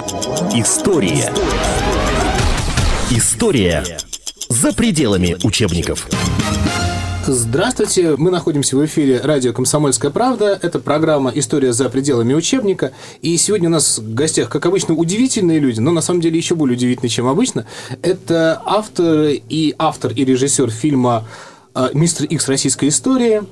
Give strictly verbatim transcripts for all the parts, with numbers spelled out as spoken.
История. История за пределами учебников. Здравствуйте, мы находимся в эфире радио «Комсомольская правда». Это программа «История за пределами учебника». И сегодня у нас в гостях, как обычно, удивительные люди, но на самом деле еще более удивительные, чем обычно. Это автор и автор и режиссер фильма «Мистер Икс. Российская история»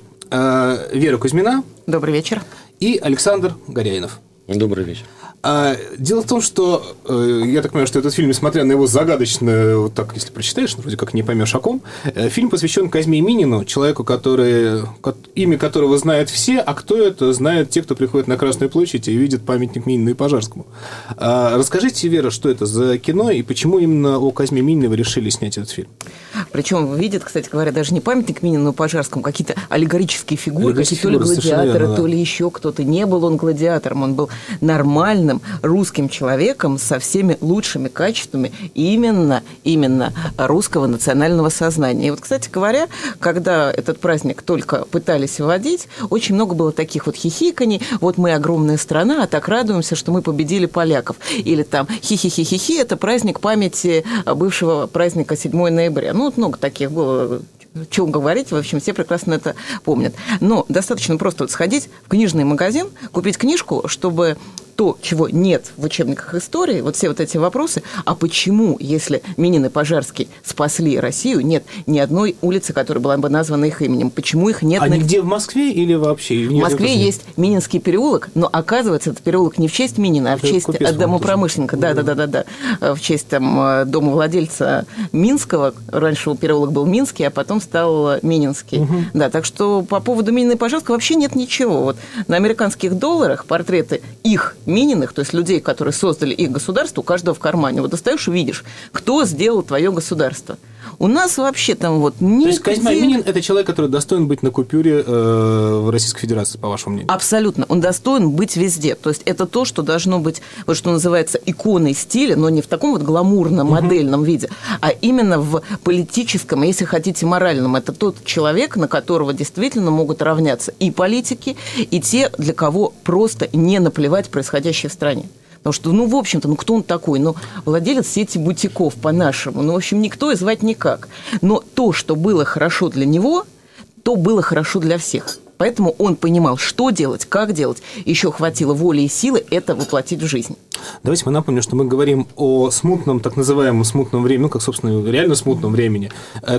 Вера Кузьмина. Добрый вечер. И Александр Горяинов. Добрый вечер. Дело в том, что я так понимаю, что этот фильм, несмотря на его загадочное, вот так, если прочитаешь, вроде как не поймешь о ком, фильм посвящен Козьме Минину, человеку, который, имя которого знают все, а кто это, знают те, кто приходит на Красную площадь и видит памятник Минину и Пожарскому. Расскажите, Вера, что это за кино и почему именно о Козьме Минине вы решили снять этот фильм? Причем видят, кстати говоря, даже не памятник Минину и Пожарскому, какие-то аллегорические фигуры, аллегорические то ли гладиаторы, верно, да. то ли еще кто-то. Не был он гладиатором, он был нормальным русским человеком со всеми лучшими качествами именно, именно русского национального сознания. И вот, кстати говоря, когда этот праздник только пытались вводить, очень много было таких вот хихиканий. Вот мы огромная страна, а так радуемся, что мы победили поляков. Или там хи-хи-хи-хи-хи, это праздник памяти бывшего праздника седьмого ноября. Ну, вот много таких было. Чего говорить, в общем, все прекрасно это помнят. Но достаточно просто вот сходить в книжный магазин, купить книжку, чтобы то, чего нет в учебниках истории, вот все вот эти вопросы, а почему, если Минин и Пожарский спасли Россию, нет ни одной улицы, которая была бы названа их именем? Почему их нет? А на... нигде в Москве или вообще? В Москве есть Мининский переулок, но оказывается, этот переулок не в честь Минина, а в честь домопромышленника. Да, да, да, да, да. В честь там домовладельца Минского. Раньше переулок был Минский, а потом стал Мининский. Угу. Да, так что по поводу Минина и Пожарского вообще нет ничего. Вот на американских долларах портреты их Мининых, то есть людей, которые создали их государство, у каждого в кармане. Вот достаешь и видишь, кто сделал твое государство. У нас вообще там вот нигде... То есть Козьма Минин – это человек, который достоин быть на купюре э, в Российской Федерации, по вашему мнению? Абсолютно. Он достоин быть везде. То есть это то, что должно быть, вот что называется, иконой стиля, но не в таком вот гламурном, модельном uh-huh. виде, а именно в политическом, если хотите, моральном. Это тот человек, на которого действительно могут равняться и политики, и те, для кого просто не наплевать происходящее в стране. Потому что, ну, в общем-то, ну, кто он такой? Ну, владелец сети бутиков по-нашему. Ну, в общем, никто и звать никак. Но то, что было хорошо для него, то было хорошо для всех. Поэтому он понимал, что делать, как делать. Еще хватило воли и силы это воплотить в жизнь. Давайте мы напомним, что мы говорим о смутном, так называемом смутном времени, ну, как, собственно, реально смутном времени.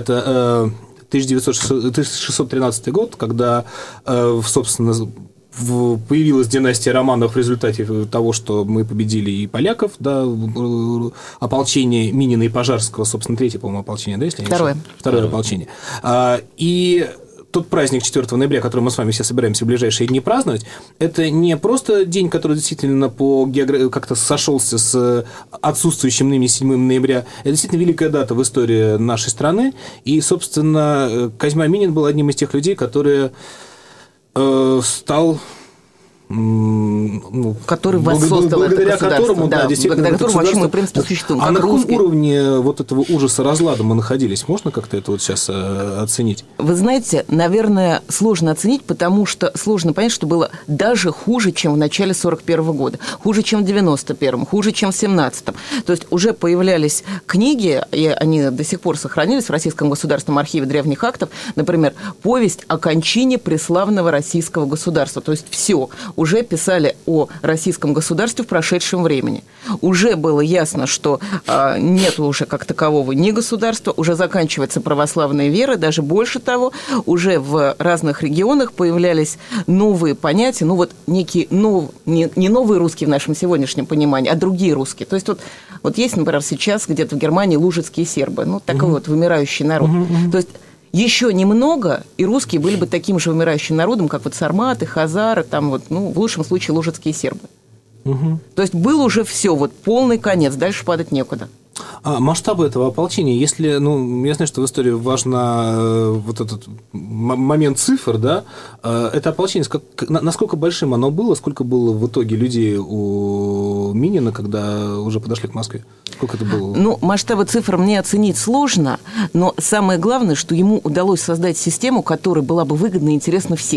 Это э, тысяча шестьсот тринадцатый год, когда, э, собственно, появилась династия Романовых в результате того, что мы победили и поляков, да, ополчение Минина и Пожарского, собственно, третье, по-моему, ополчение, да, если я не ошибаюсь? Второе. Второе ополчение. И тот праздник четвёртого ноября, который мы с вами все собираемся в ближайшие дни праздновать, это не просто день, который действительно по географии как-то сошелся с отсутствующим ныне седьмого ноября. Это действительно великая дата в истории нашей страны. И, собственно, Козьма Минин был одним из тех людей, которые стал, ну, который воссоздал это благодаря государство, которому, да, да, действительно, благодаря которому вообще мы, в принципе, существуем. А на каком русские. уровне вот этого ужаса разлада мы находились? Можно как-то это вот сейчас оценить? Вы знаете, наверное, сложно оценить, потому что сложно понять, что было даже хуже, чем в начале сорок первого года, хуже, чем в девяносто первом, хуже, чем в семнадцатом. То есть уже появлялись книги, и они до сих пор сохранились в Российском государственном архиве древних актов, например, повесть о кончине преславного российского государства. То есть все. Уже писали о российском государстве в прошедшем времени. Уже было ясно, что а, нет уже как такового ни государства, уже заканчивается православная вера, даже больше того, уже в разных регионах появлялись новые понятия, ну вот некие, нов, не, не новые русские в нашем сегодняшнем понимании, а другие русские. То есть вот, вот есть, например, сейчас где-то в Германии лужицкие сербы, ну такой угу. вот вымирающий народ. Угу, угу. То есть еще немного, и русские были бы таким же вымирающим народом, как вот сарматы, хазары, там вот, ну, в лучшем случае, лужицкие сербы. Угу. То есть был уже все, вот полный конец, дальше падать некуда. А масштабы этого ополчения, если, ну, я знаю, что в истории важен вот этот момент цифр, да, это ополчение, насколько большим оно было, сколько было в итоге людей у Минина, когда уже подошли к Москве? Сколько это было? Ну, масштабы цифр мне оценить сложно, но самое главное, что ему удалось создать систему, которая была бы выгодна и интересна всем.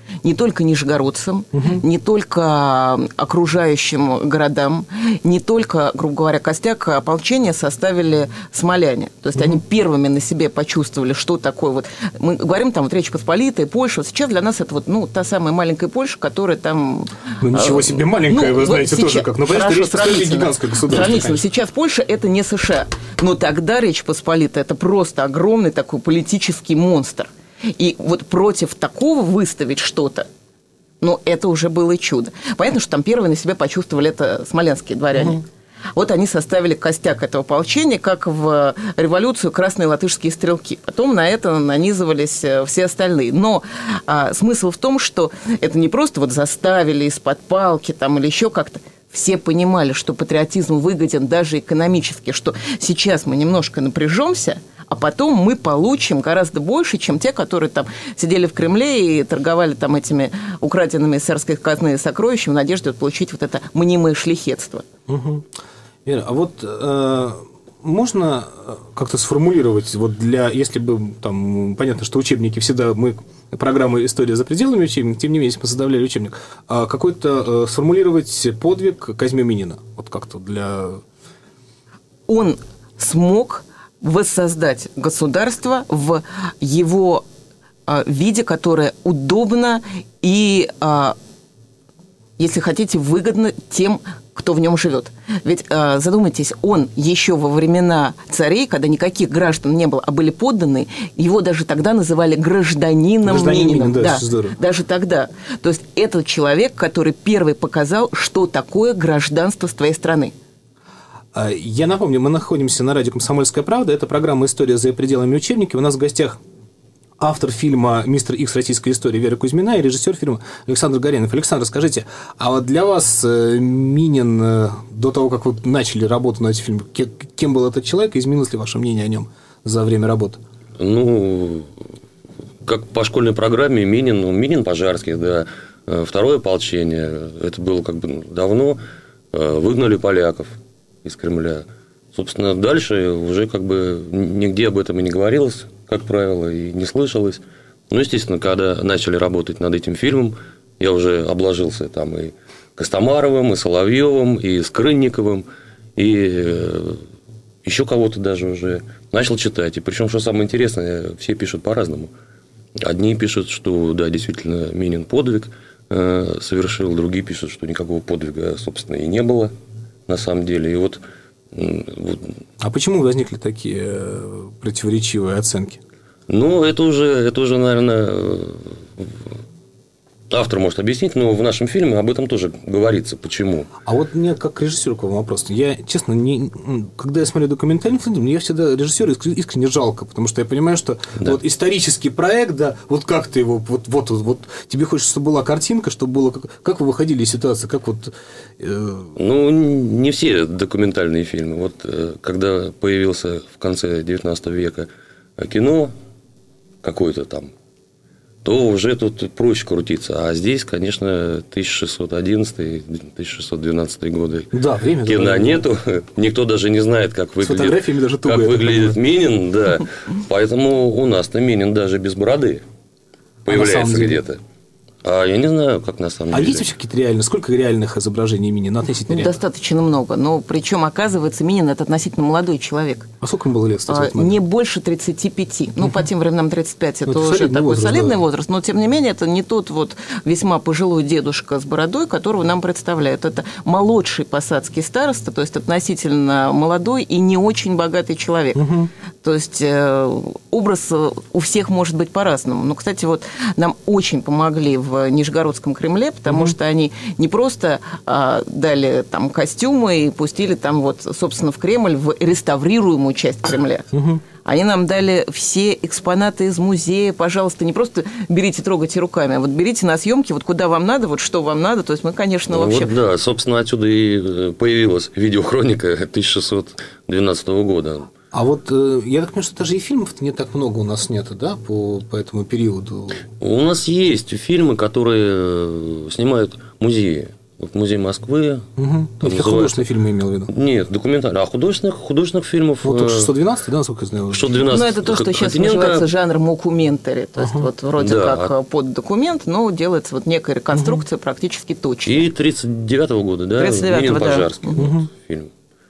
не только нижегородцам, угу. не только окружающим городам, не только, грубо говоря, костяк ополчения составили смоляне. То есть угу. они первыми на себе почувствовали, что такое вот... Мы говорим там вот Речь Посполитая, Польша. Сейчас для нас это вот, ну, та самая маленькая Польша, которая там... Ну, ничего себе маленькая, ну, вы знаете, вот тоже сейчас, как. Ну, понятно, Речь Посполитая гигантское государство. Сравнительно. Сейчас Польша – это не США. Но тогда Речь Посполитая – это просто огромный такой политический монстр. И вот против такого выставить что-то, ну, это уже было чудо. Понятно, что там первые на себя почувствовали это смоленские дворяне. Угу. Вот они составили костяк этого ополчения, как в революцию красные латышские стрелки. Потом на это нанизывались все остальные. Но а, смысл в том, что это не просто вот заставили из-под палки там, или еще как-то. Все понимали, что патриотизм выгоден даже экономически, что сейчас мы немножко напряжемся, а потом мы получим гораздо больше, чем те, которые там сидели в Кремле и торговали там этими украденными из царской казны сокровищами в надежде получить вот это мнимое шляхетство. Угу. Вера, а вот э, можно как-то сформулировать, вот для, если бы там, понятно, что учебники всегда мы... программы «История за пределами учебника», тем не менее, мы составляли учебник, а какой-то э, сформулировать подвиг Казьмы Минина, вот как-то для... Он смог воссоздать государство в его э, виде, которое удобно и, э, если хотите, выгодно тем, кто в нем живет. Ведь э, задумайтесь, он еще во времена царей, когда никаких граждан не было, а были подданные, его даже тогда называли гражданином Гражданин Минина. Минин, да, да, даже тогда. То есть это человек, который первый показал, что такое гражданство с твоей страны. Я напомню, мы находимся на радио «Комсомольская правда». Это программа «История за пределами учебника». У нас в гостях автор фильма «Мистер Икс. Российская история» Вера Кузьмина и режиссер фильма Александр Горенов. Александр, скажите, а вот для вас Минин, до того, как вы начали работу над этим фильмом, кем был этот человек, и изменилось ли ваше мнение о нем за время работы? Ну, как по школьной программе, Минин, ну, Минин Пожарский, да, второе ополчение, это было как бы давно, выгнали поляков из Кремля. Собственно, дальше уже как бы нигде об этом и не говорилось, как правило, и не слышалось. Ну, естественно, когда начали работать над этим фильмом, я уже обложился там и Костомаровым, и Соловьевым, и Скрынниковым, и еще кого-то даже уже начал читать. И причем, что самое интересное, все пишут по-разному. Одни пишут, что да, действительно, Минин подвиг совершил, другие пишут, что никакого подвига, собственно, и не было на самом деле. И вот А почему возникли такие противоречивые оценки? Ну, это уже, это уже, наверное, автор может объяснить, но в нашем фильме об этом тоже говорится. Почему? А вот мне как режиссеру к вам вопрос. Я, честно, не, когда я смотрю документальный фильм, мне всегда режиссера искренне жалко, потому что я понимаю, что да. вот исторический проект, да, вот как ты его, вот, вот, вот тебе хочется, чтобы была картинка, чтобы было, как, как вы выходили из ситуации, как вот... Э... Ну, не все документальные фильмы. Вот когда появился в конце девятнадцатого века кино какое-то там, то уже тут проще крутиться. А здесь, конечно, тысяча шестьсот одиннадцатый - тысяча шестьсот двенадцатый годы. Да, время, кино да, нету. Никто даже не знает, как выглядит, даже как выглядит Минин. Да. Поэтому у нас-то Минин даже без бороды появляется а где-то. А я не знаю, как на самом а деле. А есть вообще какие-то реальные? Сколько реальных изображений Минина? Относительно ну, достаточно много. Но причем, оказывается, Минин – это относительно молодой человек. А сколько ему было лет, кстати? А, не больше тридцати пяти. Ну, uh-huh. по тем временам тридцать пять – это, это уже такой возраст, солидный да. возраст. Но, тем не менее, это не тот вот весьма пожилой дедушка с бородой, которого нам представляют. Это молодший посадский староста, то есть относительно молодой и не очень богатый человек. Uh-huh. То есть э, образ у всех может быть по-разному. Но, кстати, вот нам очень помогли в в Нижегородском Кремле, потому mm-hmm. что они не просто а, дали там костюмы и пустили там вот, собственно, в Кремль, в реставрируемую часть Кремля. Mm-hmm. Они нам дали все экспонаты из музея, пожалуйста, не просто берите, трогайте руками, а вот берите на съемки, вот куда вам надо, вот что вам надо. То есть мы, конечно, ну, вообще... Вот, да, собственно, отсюда и появилась видеохроника тысяча шестьсот двенадцатого года. А вот я так понимаю, что даже и фильмов не так много у нас нет, да, по, по этому периоду? У нас есть фильмы, которые снимают музеи. Вот музей Москвы. Угу. Это называется... художественные фильмы имел в виду? Нет, документальные. А художественных, художественных фильмов... Вот шестьсот двенадцать, да, насколько я знаю? шестьсот двенадцать. Ну, это то, что сейчас называется жанр мокументари. То есть, uh-huh. вот вроде да. как под документ, но делается вот некая реконструкция uh-huh. практически точно. И тридцать девятого года, да? тридцать девятого, Минин Пожарский да. вот, uh-huh. фильм.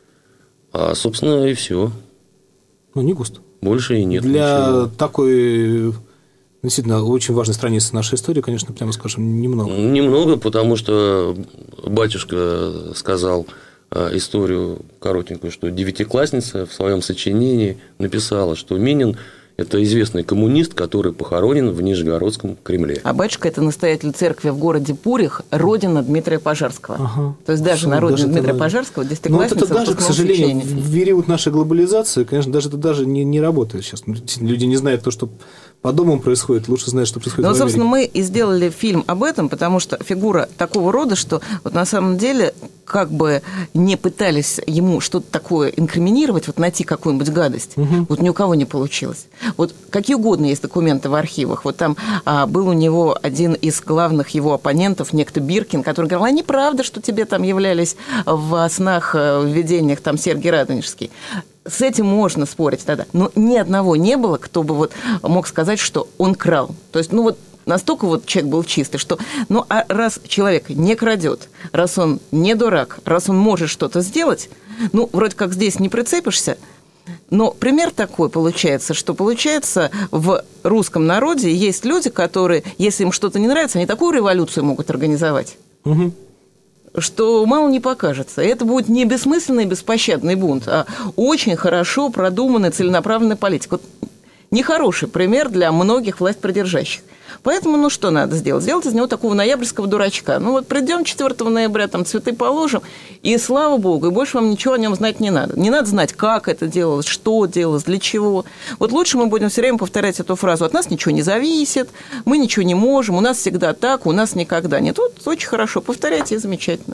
А, собственно, и все. Ну, не густо. Больше и нет. Для ничего. такой... Действительно, очень важной страницы нашей истории, конечно, прямо скажем, немного. Немного, потому что батюшка сказал историю коротенькую, что девятиклассница в своем сочинении написала, что Минин – это известный коммунист, который похоронен в Нижегородском Кремле. А батюшка – это настоятель церкви в городе Пурих, родина Дмитрия Пожарского. Ага. То есть даже Что, на родине даже Дмитрия это... Пожарского десятиклассница. Но вот это даже, к сожалению, сочинение. В период нашей глобализации, конечно, даже это даже не, не работает сейчас. Люди не знают то, что по домам происходит, лучше знать, что происходит ну, в Америке. собственно, мы и сделали фильм об этом, потому что фигура такого рода, что вот на самом деле как бы не пытались ему что-то такое инкриминировать, вот найти какую-нибудь гадость, угу. вот ни у кого не получилось. Вот какие угодно есть документы в архивах. Вот там а, был у него один из главных его оппонентов, некто Биркин, который говорил, а неправда, что тебе там являлись в снах, в видениях там Сергий Радонежский. С этим можно спорить тогда. Но ни одного не было, кто бы вот мог сказать, что он крал. То есть, ну вот настолько вот человек был чистый, что... Ну, а раз человек не крадет, раз он не дурак, раз он может что-то сделать, ну, вроде как здесь не прицепишься, но пример такой получается, что получается в русском народе есть люди, которые, если им что-то не нравится, они такую революцию могут организовать. Угу. Что мало не покажется. И это будет не бессмысленный, беспощадный бунт, а очень хорошо продуманная, целенаправленная политика. Вот нехороший пример для многих властьпридержащих. Поэтому, ну, что надо сделать? Сделать из него такого ноябрьского дурачка. Ну, вот придем четвёртого ноября, там цветы положим, и слава богу, и больше вам ничего о нем знать не надо. Не надо знать, как это делалось, что делалось, для чего. Вот лучше мы будем все время повторять эту фразу: от нас ничего не зависит, мы ничего не можем, у нас всегда так, у нас никогда нет. Вот очень хорошо, повторяйте, и замечательно.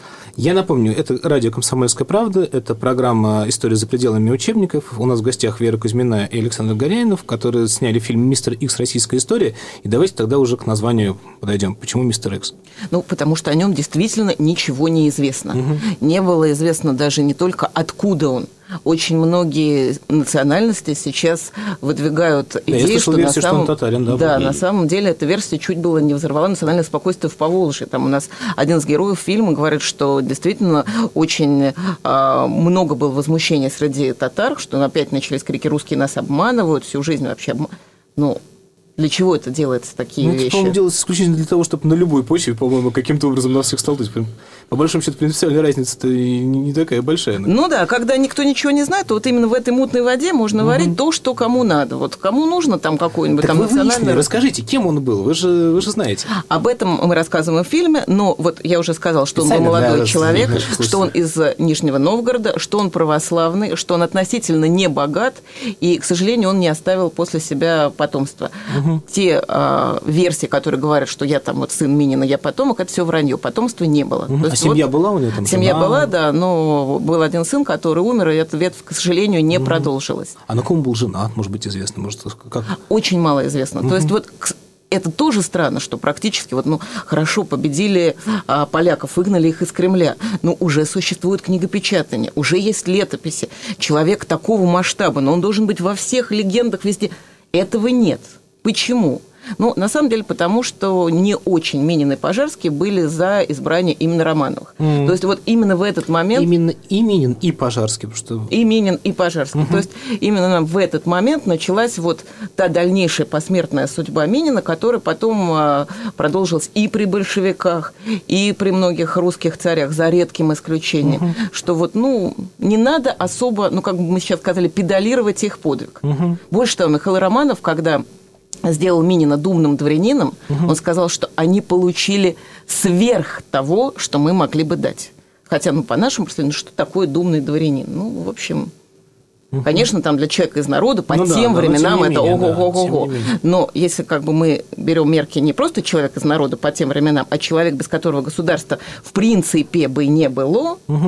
Я напомню, это радио «Комсомольская правда», это программа «История за пределами учебников». У нас в гостях Вера Кузьмина и Александр Горяинов, которые сняли фильм «Мистер Икс. Российская история». И давайте тогда уже к названию подойдем. Почему «Мистер Икс»? Ну, потому что о нем действительно ничего не известно. Угу. Не было известно даже не только откуда он. Очень многие национальности сейчас выдвигают идею, да, я слышал что, версию, на самом... что он татарин, да? Да, на самом деле эта версия чуть было не взорвала национальное спокойствие в Поволжье. Там у нас один из героев фильма говорит, что действительно очень а, много было возмущения среди татар, что опять начались крики «русские нас обманывают», всю жизнь вообще обманывают. Ну, для чего это делается, такие ну, вещи? Это, по-моему, делается исключительно для того, чтобы на любой почве, по-моему, каким-то образом нас всех столкнуть. По большому счету, принципиальная разница-то и не такая большая. Наверное. Ну да, когда никто ничего не знает, то вот именно в этой мутной воде можно угу. варить то, что кому надо. Вот кому нужно там какой-нибудь так там вы национальный... выяснили, расскажите, кем он был? Вы же, вы же знаете. Об этом мы рассказываем в фильме, но вот я уже сказала, что он был молодой человек, что он из Нижнего Новгорода, что он православный, что он относительно не богат, и, к сожалению, он не оставил после себя потомства. Угу. Те а, версии, которые говорят, что я там вот сын Минина, я потомок, это все вранье, потомства не было. Угу. А есть, семья вот, была у него? Там семья жена... была, да, но был один сын, который умер, и эта ветвь, к сожалению, не угу. продолжилась. А на ком был женат, может быть, известно? Может, как... Очень мало известно. Угу. То есть вот это тоже странно, что практически вот, ну, хорошо победили а, поляков, выгнали их из Кремля, но уже существует книгопечатание, уже есть летописи. Человек такого масштаба, но он должен быть во всех легендах везде. Этого нет. Почему? Ну, на самом деле, потому что не очень Минин и Пожарский были за избрание именно Романовых. Mm. То есть, вот именно в этот момент... Именно и Минин, и Пожарский. Потому что... И Минин, и Пожарский. Uh-huh. То есть, именно в этот момент началась вот та дальнейшая посмертная судьба Минина, которая потом а, продолжилась и при большевиках, и при многих русских царях, за редким исключением. Uh-huh. Что вот, ну, не надо особо, ну, как бы мы сейчас сказали, педалировать их подвиг. Uh-huh. Больше того, Михаил Романов, когда... сделал Минина думным дворянином, угу. он сказал, что они получили сверх того, что мы могли бы дать. Хотя, ну, по нашему представлению, что такое думный дворянин? Ну, в общем, угу. конечно, там для человека из народа по ну, тем да, временам да, это ого-го-го-го. Да, но если как бы мы берем мерки не просто человек из народа по тем временам, а человек, без которого государства в принципе бы не было, угу.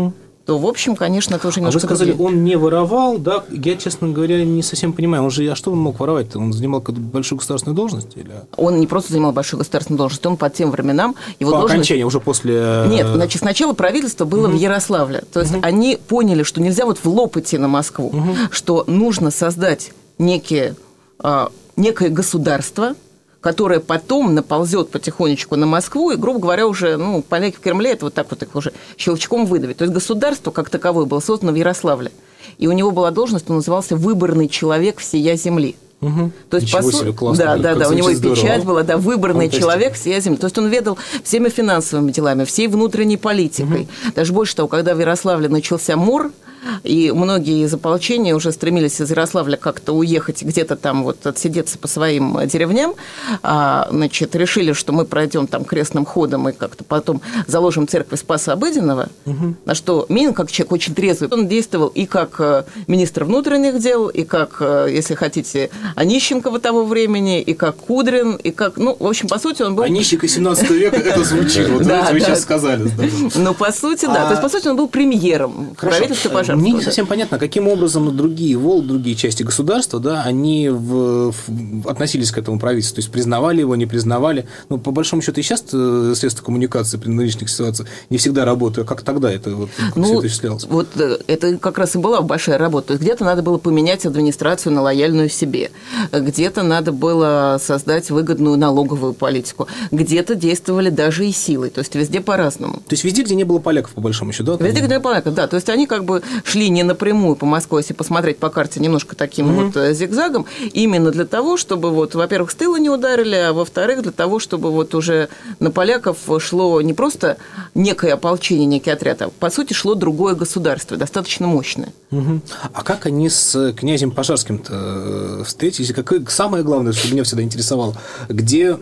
то, в общем, конечно, тоже немножко... А вы сказали, другие. он не воровал, да? Я, честно говоря, не совсем понимаю. Он же, а что он мог воровать-то? Он занимал какую-то большую государственную должность? Или... Он не просто занимал большую государственную должность, он по тем временам... Его по должность... окончании, уже после... Нет, значит, сначала правительство было угу. в Ярославле. То есть угу. они поняли, что нельзя вот в лоб идти на Москву, угу. что нужно создать некие, а, некое государство, которая потом наползет потихонечку на Москву, и, грубо говоря, уже, ну, поляки в Кремле это вот так вот их уже щелчком выдавить. То есть государство, как таковое, было создано в Ярославле. И у него была должность, он назывался «выборный человек всея земли». Угу. То есть, по сути, да, да, да, у него и печать была, да, «выборный человек всея земли». То есть он ведал всеми финансовыми делами, всей внутренней политикой. Угу. Даже больше того, когда в Ярославле начался мор, и многие из ополчения уже стремились из Ярославля как-то уехать, где-то там вот отсидеться по своим деревням. А, значит, решили, что мы пройдем там крестным ходом и как-то потом заложим церковь Спаса Обыденного. Угу. На что Минин, как человек очень трезвый, он действовал и как министр внутренних дел, и как, если хотите, Онищенко того времени, и как Кудрин, и как, ну, в общем, по сути, он был... Онищенко семнадцатого века, это звучит, вот да, вы да. сейчас сказали. Ну, по сути, да. То есть, по сути, он был премьером правительства Пожарского. Мне не совсем понятно, каким образом другие Волги, другие части государства, да, они в, в, относились к этому правительству, то есть признавали его, не признавали. Ну, по большому счету, и сейчас средства коммуникации при нынешних ситуациях не всегда работают. Как тогда это, вот, ну, все это осуществлялось? Вот это как раз и была большая работа. То есть где-то надо было поменять администрацию на лояльную себе, где-то надо было создать выгодную налоговую политику, где-то действовали даже и силой. То есть везде по-разному. То есть везде, где не было поляков, по большому счету, да? Везде, где не было поляков, да. То есть они как бы шли не напрямую по Москве, если посмотреть по карте немножко таким mm-hmm. вот зигзагом, именно для того, чтобы, вот, во-первых, с тыла не ударили, а во-вторых, для того, чтобы вот уже на поляков шло не просто некое ополчение, некий отряд, а по сути шло другое государство, достаточно мощное. Mm-hmm. А как они с князем Пожарским-то встретились? Какое, самое главное, что меня всегда интересовало, где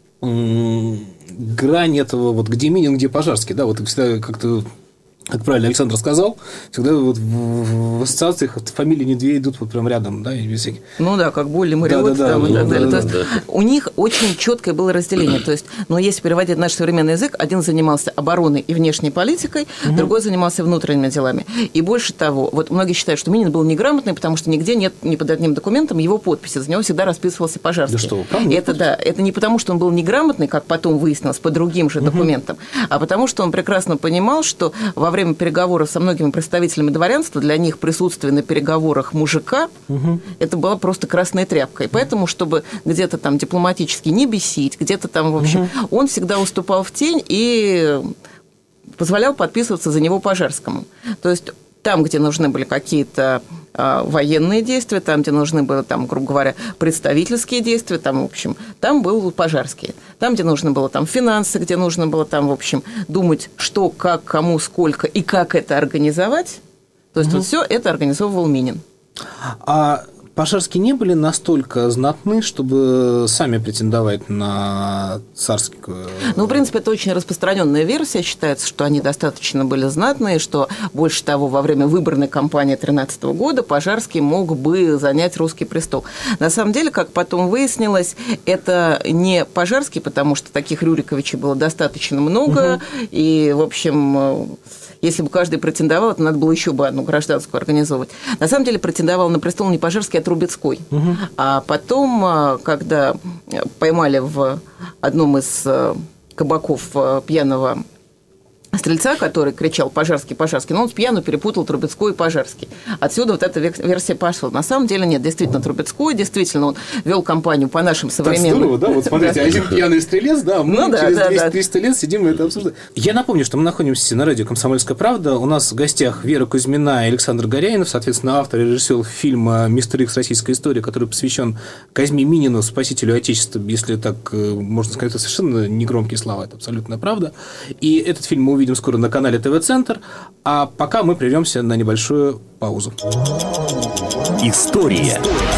м- грань этого, вот где Минин, где Пожарский, да, вот всегда как-то... Как правильно Александр сказал, всегда вот в, в ассоциациях фамилии не две идут вот прям рядом, да, и без всяких. Ну да, как Болли, Мариот, да, там, и так далее. Да, да, то есть да. У них очень четкое было разделение. То есть, ну, если переводить наш современный язык, один занимался обороной и внешней политикой, угу. другой занимался внутренними делами. И больше того, вот многие считают, что Минин был неграмотный, потому что нигде нет ни под одним документом его подписи. За него всегда расписывался Пожарский. Да что, правда? Это да, это не потому, что он был неграмотный, как потом выяснилось, по другим же угу. документам, а потому что он прекрасно понимал, что во время переговоров со многими представителями дворянства для них присутствие на переговорах мужика угу. это была просто красная тряпка. И поэтому, чтобы где-то там дипломатически не бесить, где-то там, в общем, угу. он всегда уступал в тень и позволял подписываться за него Пожарскому. То есть там, где нужны были какие-то а, военные действия, там, где нужны были, там, грубо говоря, представительские действия, там, в общем, там был Пожарский. Там, где нужно было там, финансы, где нужно было там, в общем, думать, что, как, кому, сколько и как это организовать. То есть, угу. вот все это организовывал Минин. А Пожарские не были настолько знатны, чтобы сами претендовать на царскую... Ну, в принципе, это очень распространенная версия. Считается, что они достаточно были знатные, что, больше того, во время выборной кампании тринадцатого года Пожарский мог бы занять русский престол. На самом деле, как потом выяснилось, это не Пожарский, потому что таких Рюриковичей было достаточно много, угу. и, в общем... Если бы каждый претендовал, то надо было еще бы одну гражданскую организовывать. На самом деле претендовал на престол не Пожарский, а Трубецкой. Угу. А потом, когда поймали в одном из кабаков пьяного стрельца, который кричал «Пожарский, Пожарский», но он с пьяну перепутал Трубецкой и Пожарский. Отсюда вот эта версия пошла. На самом деле нет, действительно Трубецкой, действительно он вел кампанию по нашим современным... Так здорово, да? Вот смотрите, один пьяный стрелец, да, мы через двести-триста лет сидим и это обсуждаем. Я напомню, что мы находимся на радио «Комсомольская правда». У нас в гостях Вера Кузьмина и Александр Горяинов, соответственно, автор и режиссер фильма «Мистер Икс. Российская история», который посвящен Казьме Минину, спасителю Отечества, если так можно сказать, это совершенно негромкие слова, это абсолютная правда. И этот фильм мы увидим увидим скоро на канале ТВ-центр, а пока мы прервемся на небольшую паузу. История.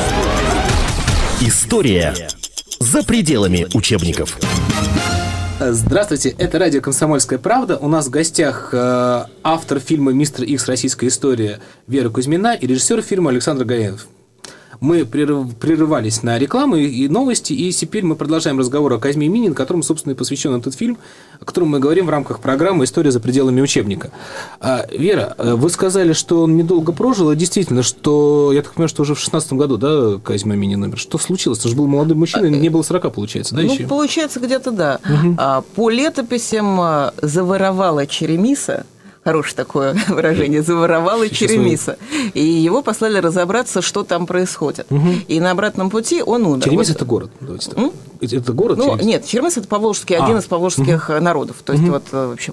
История за пределами учебников. Здравствуйте, это радио «Комсомольская правда». У нас в гостях э, автор фильма «Мистер Икс. Российская история» Вера Кузьмина и режиссер фильма Александр Горяинов. Мы прерывались на рекламы и новости, и теперь мы продолжаем разговор о Козьме Минине, которому, собственно, и посвящен этот фильм, о котором мы говорим в рамках программы «История за пределами учебника». Вера, вы сказали, что он недолго прожил, и действительно, что, я так понимаю, что уже в шестнадцатом году, да, Козьма Минин умер. Что случилось? Он же был молодым мужчиной, не было сорока, получается, да, ну, еще? получается, где-то да. Угу. По летописям заворовала Черемиса, хорошее такое выражение, заворовала Черемиса. И его послали разобраться, что там происходит. Угу. И на обратном пути он умер. Черемис вот. – это город. Давайте так. Это город? Ну, Черемис? нет, Черемис – это поволжский, а. один из поволжских угу. народов. То есть, угу. вот, в общем.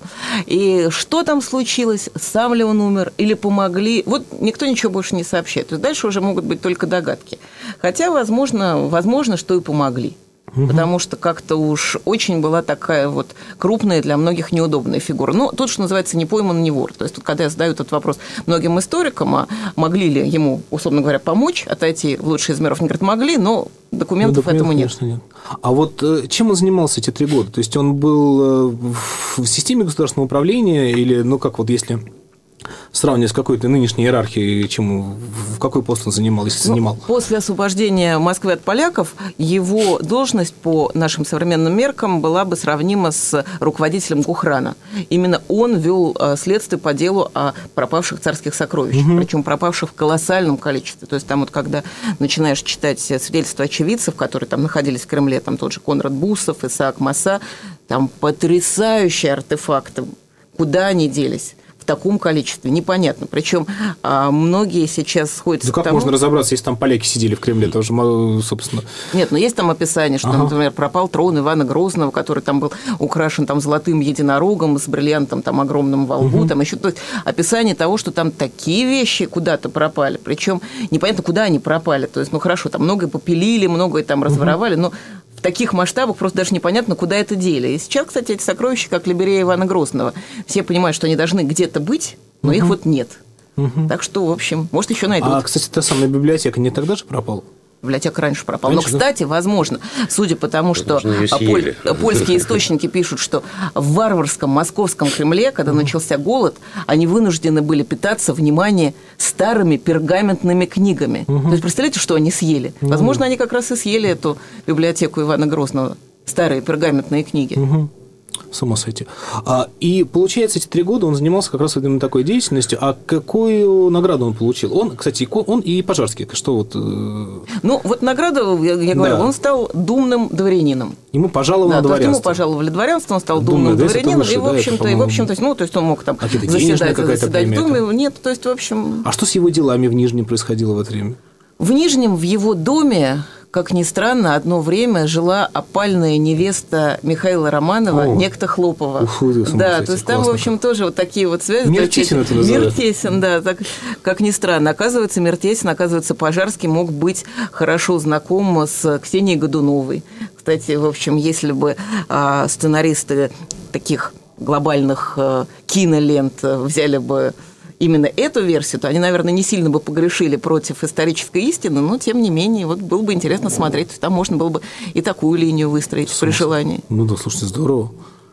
И что там случилось? Сам ли он умер? Или помогли? Вот никто ничего больше не сообщает. То есть, дальше уже могут быть только догадки. Хотя, возможно, возможно, что и помогли. Угу. Потому что как-то уж очень была такая вот крупная для многих неудобная фигура. Ну, тут, что называется, не пойман, не вор. То есть, тут, когда я задаю этот вопрос многим историкам, а могли ли ему, условно говоря, помочь отойти в лучший из миров, они говорят, могли, но документов, ну, документов этому нет. нет. А вот чем он занимался эти три года? То есть, он был в системе государственного управления или, ну, как вот если... сравнивать с какой-то нынешней иерархией, чем, в какой пост он занимал, если ну, занимал? После освобождения Москвы от поляков его должность по нашим современным меркам была бы сравнима с руководителем Гохрана. Именно он вел следствие по делу о пропавших царских сокровищах, угу. причем пропавших в колоссальном количестве. То есть там вот когда начинаешь читать свидетельства очевидцев, которые там находились в Кремле, там тот же Конрад Бусов, Исаак Маса, там потрясающие артефакты, куда они делись? В таком количестве, непонятно. Причем а, многие сейчас сходятся да к как тому... можно разобраться, если там поляки сидели в Кремле? Это уже, собственно... Нет, но есть там описание, что, ага. например, пропал трон Ивана Грозного, который там был украшен там, золотым единорогом с бриллиантом там, огромным во лбу. Угу. Там еще, то есть, описание того, что там такие вещи куда-то пропали. Причем непонятно, куда они пропали. То есть, ну хорошо, там многое попилили, многое там разворовали, угу. но... в таких масштабах просто даже непонятно, куда это дели. И сейчас, кстати, эти сокровища, как Либерея Ивана Грозного, все понимают, что они должны где-то быть, но угу. их вот нет. Угу. Так что, в общем, может, еще найдут. А, кстати, та самая библиотека не тогда же пропала? Библиотека раньше пропала. Раньше, Но, кстати, да? возможно, судя по тому, что поль... польские источники пишут, что в варварском московском Кремле, когда начался голод, они вынуждены были питаться, внимание, старыми пергаментными книгами. Угу. То есть, представляете, что они съели? Угу. Возможно, они как раз и съели эту библиотеку Ивана Грозного. Старые пергаментные книги. Угу. С ума сойти. А, и, получается, эти три года он занимался как раз именно такой деятельностью. А какую награду он получил? Он, кстати, он и Пожарский. Что вот... Ну, вот награду, я, я говорю, да. он стал думным дворянином. Ему пожаловано да, дворянство. Ему пожаловали дворянство, он стал думным, думным дворянином. Выше, и, в общем-то, да, и, в общем-то, ну, то есть, он мог там а заседать, заседать в Думе. Это? Нет, то есть, в общем... А что с его делами в Нижнем происходило в это время? В Нижнем, в его доме, как ни странно, одно время жила опальная невеста Михаила Романова, О, некто Хлопова. Уфу, да, то есть там, в общем, тоже вот такие вот связи. Мир тесен это называют. Мир тесен, да, так, как ни странно. Оказывается, мир тесен, оказывается, Пожарский мог быть хорошо знаком с Ксенией Годуновой. Кстати, в общем, если бы а, сценаристы таких глобальных а, кинолент взяли бы именно эту версию, то они, наверное, не сильно бы погрешили против исторической истины, но, тем не менее, вот было бы интересно смотреть. Там можно было бы и такую линию выстроить при желании. Ну да, слушайте, здорово.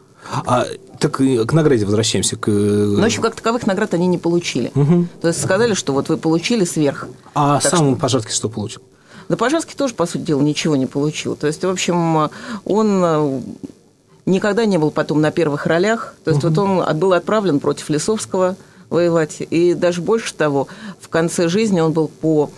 А так к награде возвращаемся. К... Но еще как таковых наград они не получили. Угу. То есть сказали, что вот вы получили сверх. А так сам что... Пожарский что получил? Да Пожарский тоже, по сути дела, ничего не получил. То есть, в общем, он... никогда не был потом на первых ролях. То есть, угу. вот он был отправлен против Лисовского воевать. И даже больше того, в конце жизни он был по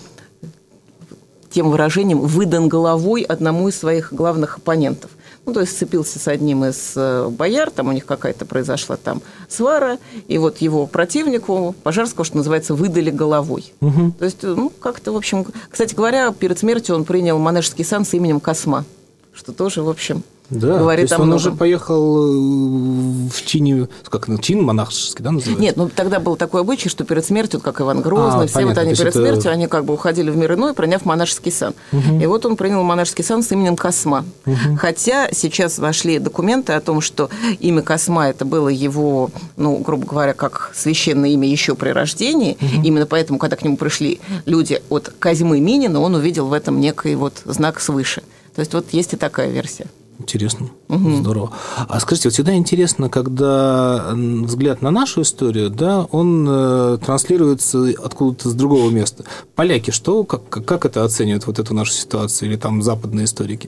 тем выражениям выдан головой одному из своих главных оппонентов. Ну, то есть сцепился с одним из бояр, там у них какая-то произошла там свара, и вот его противнику, Пожарского, что называется, выдали головой. Угу. То есть, ну, как-то, в общем... Кстати говоря, перед смертью он принял монашеский сан с именем Косма, что тоже, в общем... Да, говорит то есть он многом. Уже поехал в чине, как чин монашеский, да, называется? Нет, ну тогда был такой обычай, что перед смертью, как Иван Грозный, а, все понятно, вот они перед это... смертью, они как бы уходили в мир иной, приняв монашеский сан. Угу. И вот он принял монашеский сан с именем Косма. Угу. Хотя сейчас вошли документы о том, что имя Косма это было его, ну, грубо говоря, как священное имя еще при рождении. Угу. Именно поэтому, когда к нему пришли люди от Козьмы Минина, он увидел в этом некий вот знак свыше. То есть вот есть и такая версия. Интересно, угу. Здорово. А скажите, вот всегда интересно, когда взгляд на нашу историю, да, он э, транслируется откуда-то с другого места. Поляки что, как, как это оценивают, вот эту нашу ситуацию, или там западные историки?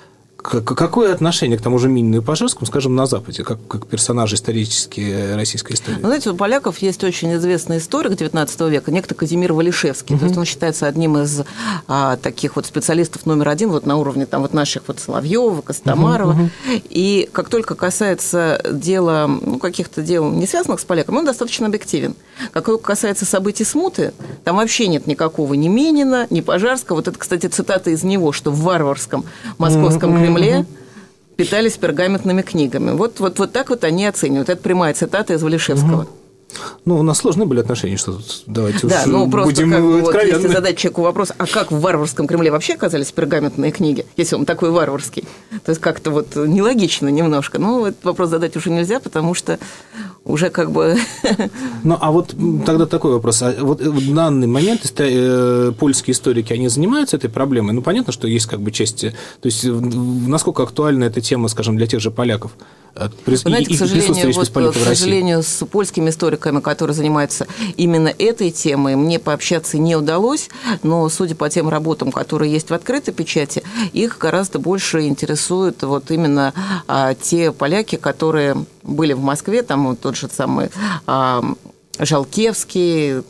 Какое отношение к тому же Минину и Пожарскому, скажем, на Западе, как, как персонажи исторические российской истории? Вы знаете, у поляков есть очень известный историк девятнадцатого века, некто Казимир Валишевский. Uh-huh. То есть он считается одним из а, таких вот специалистов номер один вот на уровне там, вот наших вот Соловьева, Костомарова. Uh-huh. Uh-huh. И как только касается дела, ну, каких-то дел, не связанных с поляками, он достаточно объективен. Как только касается событий смуты, там вообще нет никакого ни Минина, ни Пожарского. Вот это, кстати, цитата из него, что в варварском московском uh-huh. Кремле питались пергаментными книгами. Вот, вот, вот так вот они оценивают. Это прямая цитата из Валишевского. Угу. Ну, у нас сложные были отношения, что тут давайте да, уж ну, просто будем как бы, вот, откровенны. если задать человеку вопрос, а как в варварском Кремле вообще оказались пергаментные книги, если он такой варварский? То есть как-то вот нелогично немножко. Ну, этот вопрос задать уже нельзя, потому что уже как бы... Ну, а вот тогда такой вопрос. А вот в данный момент польские историки, они занимаются этой проблемой? Ну, понятно, что есть как бы части... То есть насколько актуальна эта тема, скажем, для тех же поляков? Вы знаете, к сожалению, вот, к сожалению, с польскими историками, которые занимаются именно этой темой, мне пообщаться не удалось, но, судя по тем работам, которые есть в открытой печати, их гораздо больше интересуют вот именно а, те поляки, которые были в Москве, там вот тот же самый... А, Жалкевский,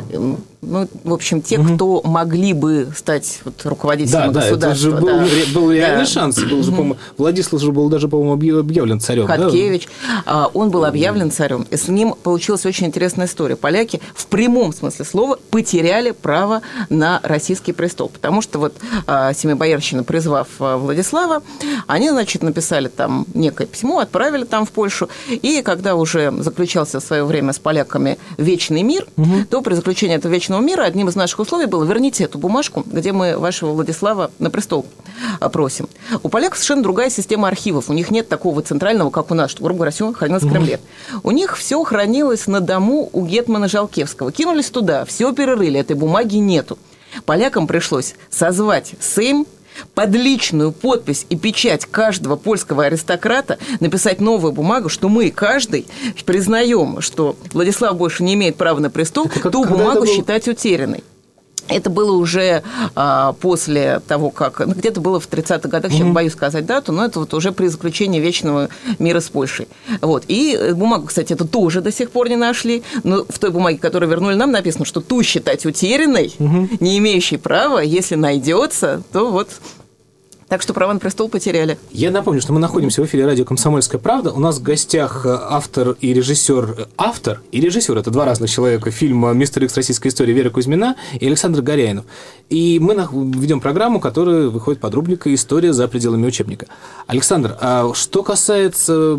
ну, в общем, те, угу. кто могли бы стать вот, руководителем да, государства. Да, это же был, да. был реальный да. шанс. Был же, угу. Владислав же был даже, по-моему, объявлен царем. Хаткевич. Да? Он был объявлен царем. И с ним получилась очень интересная история. Поляки в прямом смысле слова потеряли право на российский престол. Потому что вот Семибоярщина, призвав Владислава, они, значит, написали там некое письмо, отправили там в Польшу. И когда уже заключался в свое время с поляками вечный мир, угу. то при заключении этого вечного мира одним из наших условий было: верните эту бумажку, где мы вашего Владислава на престол просим. У поляков совершенно другая система архивов. У них нет такого центрального, как у нас, что, грубо говоря, все хранилось в Кремле. У них все хранилось на дому у гетмана Жалкевского. Кинулись туда, все перерыли, этой бумаги нету. Полякам пришлось созвать Сейм, под личную подпись и печать каждого польского аристократа написать новую бумагу, что мы каждый признаем, что Владислав больше не имеет права на престол, как, ту бумагу считать утерянной. Это было уже а, после того, как... Ну, где-то было в тридцатых годах, сейчас mm-hmm. боюсь сказать дату, но это вот уже при заключении вечного мира с Польшей. Вот. И бумагу, кстати, это тоже до сих пор не нашли. Но в той бумаге, которую вернули нам, написано, что ту считать утерянной, mm-hmm. не имеющей права, если найдется, то вот... Так что права на престол потеряли. Я напомню, что мы находимся в эфире радио «Комсомольская правда». У нас в гостях автор и режиссер... Автор и режиссер – это два разных человека фильма «Мистер Икс. Российская история» Вера Кузьмина и Александр Горяинов. И мы ведем программу, которая выходит под рубрикой «История за пределами учебника». Александр, а что касается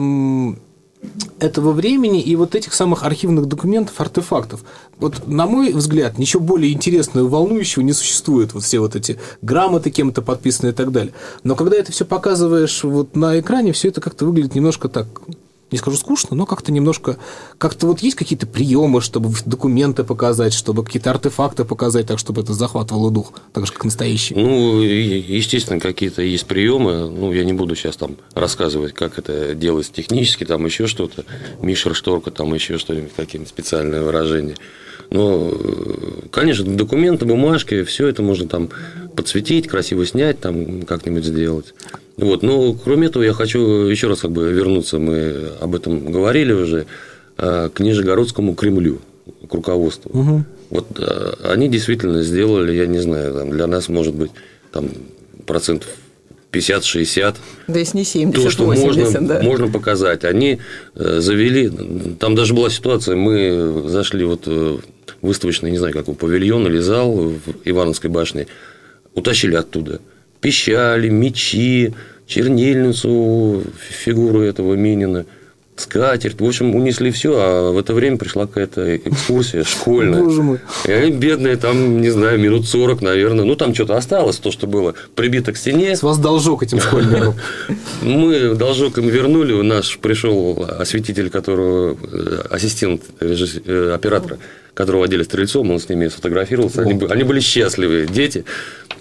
этого времени и вот этих самых архивных документов, артефактов. Вот, на мой взгляд, ничего более интересного и волнующего не существует. Вот все вот эти грамоты кем-то подписанные и так далее. Но когда это все показываешь вот на экране, все это как-то выглядит немножко так, не скажу скучно, но как-то немножко... Как-то вот есть какие-то приемы, чтобы документы показать, чтобы какие-то артефакты показать, так, чтобы это захватывало дух, так же, как настоящий. Ну, естественно, какие-то есть приемы. Ну, я не буду сейчас там рассказывать, как это делается технически, там еще что-то, мишер-шторка, там еще что-нибудь, какие-то специальные выражения. Но, конечно, документы, бумажки, все это можно там подсветить, красиво снять, там как-нибудь сделать. Вот. Но, кроме этого, я хочу еще раз как бы вернуться, мы об этом говорили уже, к Нижегородскому Кремлю, к руководству. Угу. Вот они действительно сделали, я не знаю, там, для нас, может быть, там, процентов пятьдесят-шестьдесят. Да если не семьдесят, то, что восемьдесят, можно, да. можно показать. Они завели, там даже была ситуация, мы зашли вот в выставочный, не знаю, как павильон или зал в Ивановской башне, утащили оттуда пищали, мечи, чернильницу, фигуру этого Минина, скатерть. В общем, унесли все, а в это время пришла какая-то экскурсия школьная. Боже мой. И они бедные, там, не знаю, минут сорок, наверное. Ну, там что-то осталось, то, что было прибито к стене. С вас должок этим школьникам. Мы должок им вернули. Наш пришел осветитель, которого ассистент оператора, которого водили Стрельцом, он с ними сфотографировался. Они, они были счастливые, дети.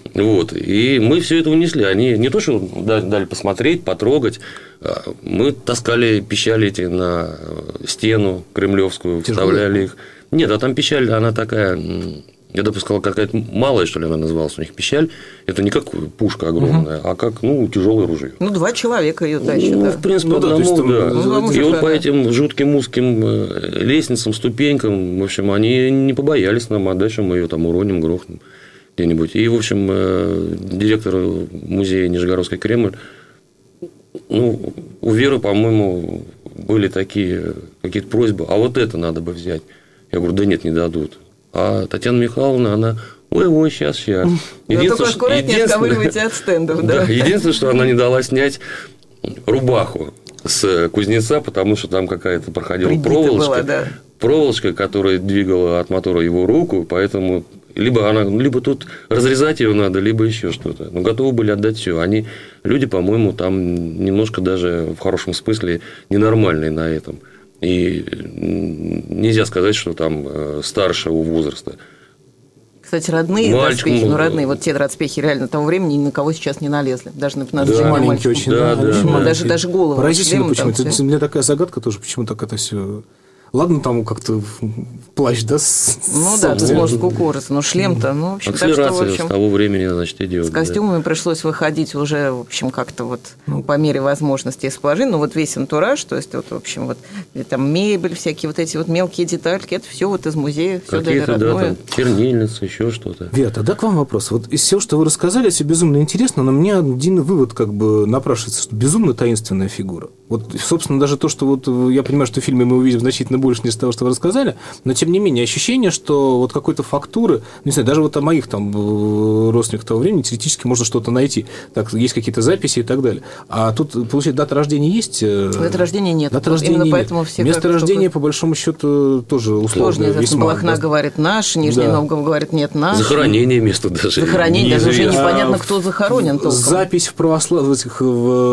Вот. И мы все это унесли. Они не то, что дали посмотреть, потрогать, мы таскали пищали эти на стену кремлевскую, вставляли их. Нет, а там пищаль, она такая, я бы сказал, какая-то малая, что ли, она называлась у них пищаль. Это не как пушка огромная, угу. а как, ну, тяжелое ружье. Ну, два человека ее тащат. Ну, да. в принципе, ну, одному, да. да. Ну, и вот да. по этим жутким узким лестницам, ступенькам, в общем, они не побоялись нам, а дальше мы ее там уроним, грохнем где-нибудь. И, в общем, директор музея Нижегородский Кремль, ну, у Веры, по-моему, были такие какие-то просьбы, а вот это надо бы взять. Я говорю, да нет, не дадут. А Татьяна Михайловна, она, ой-ой, сейчас, сейчас. Ну, только аккуратнее отковыривайте от стендов, да? Да, единственное, что она не дала снять рубаху с кузнеца, потому что там какая-то проходила Прибита проволочка, была, да. проволочка, которая двигала от мотора его руку, поэтому либо она, либо тут разрезать ее надо, либо еще что-то. Но готовы были отдать все. Они, люди, по-моему, там немножко даже в хорошем смысле ненормальные на этом. И нельзя сказать, что там старшего возраста. Кстати, родные Мальчик, доспехи, ну, ну, родные, вот те доспехи реально того времени ни на кого сейчас не налезли. Даже на пятнадцатилетнего Да, маленький мальчика. очень, да, да, да, очень да. маленький. Даже, даже голову. Поразительно, шлем, почему. там Это всё. для меня такая загадка тоже, почему так это все. Ладно, там как-то плащ, да? С... Ну да, ты сможешь кукуриться, но шлем-то, ну, в общем, так что, в Акселерация общем, с того времени, значит, идет. с костюмами пришлось выходить уже, в общем, как-то вот ну, по мере возможности из положения. Ну, вот весь антураж, то есть, вот, в общем, вот там мебель, всякие вот эти вот мелкие детальки, это все вот из музея, все дали Какие-то, да, родное. там, чернильницы, еще что-то. Вера, тогда к вам вопрос. Вот из всего, что вы рассказали, все безумно интересно, но у меня один вывод как бы напрашивается, что безумно таинственная фигура. Вот, собственно, даже то, что вот я понимаю, что в фильме мы увидим значительно больше, не из того, что вы рассказали, но, тем не менее, ощущение, что вот какой-то фактуры, не знаю, даже вот о моих там родственниках того времени теоретически можно что-то найти. Так, есть какие-то записи и так далее. А тут, получается, дата рождения есть? Дата рождения нет. Дата Вот рождения именно нет. поэтому все Место как-то рождения, только- по большому счету, тоже условно. Сложно. Весьма, Балахна да. говорит наш, Нижний Да. Новгород говорит нет наш. Захоронение места даже. Захоронение, даже уже неизвестно. непонятно, А, кто захоронен толком. Запись в православных,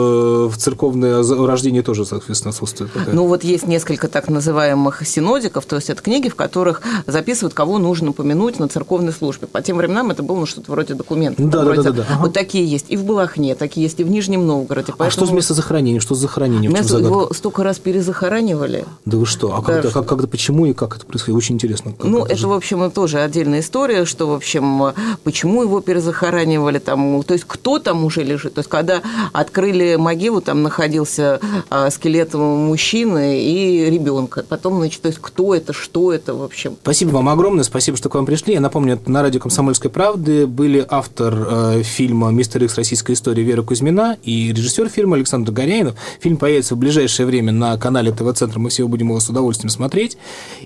в, в церковное рождение тоже, соответственно, отсутствует. Такая. Ну, вот есть несколько так называемых синодиков, то есть это книги, в которых записывают, кого нужно упомянуть на церковной службе. По тем временам это было ну, что-то вроде документов. Ну, да, Там да, вроде- да, да, да. Ага. Вот такие есть и в Балахне, такие есть и в Нижнем Новгороде. А Поэтому что с место захоронения? Что за захоронение? В чем Место- загадка? его столько раз перезахоранивали. Да вы что? А Да, когда, что- как, когда, почему и как это происходит? Очень интересно. Как Ну, это это, же- в общем, тоже отдельная история, что, в общем, почему его перезахоранивали, там, то есть, кто там уже лежит. То есть, когда открыли могилу, там находился а, скелет мужчины и ребенка. Потом, значит, то есть, кто это, что это, в общем. Спасибо вам огромное, спасибо, что к вам пришли. Я напомню, на радио «Комсомольской правды» были автор э, фильма «Мистер Икс. Российская история» Вера Кузьмина и режиссер фильма Александр Горяинов. Фильм появится в ближайшее время на канале ТВ-центра, мы все будем его с удовольствием смотреть.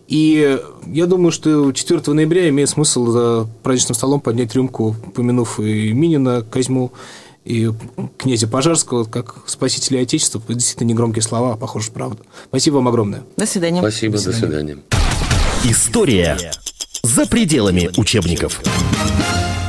И я думаю, что четвёртого ноября имеет смысл за праздничным столом поднять рюмку, упомянув и Минина, Козьму, и князя Пожарского, как спасителя Отечества. Действительно негромкие слова, а похоже, правда. Спасибо вам огромное. До свидания. Спасибо, до свидания. История за пределами учебников.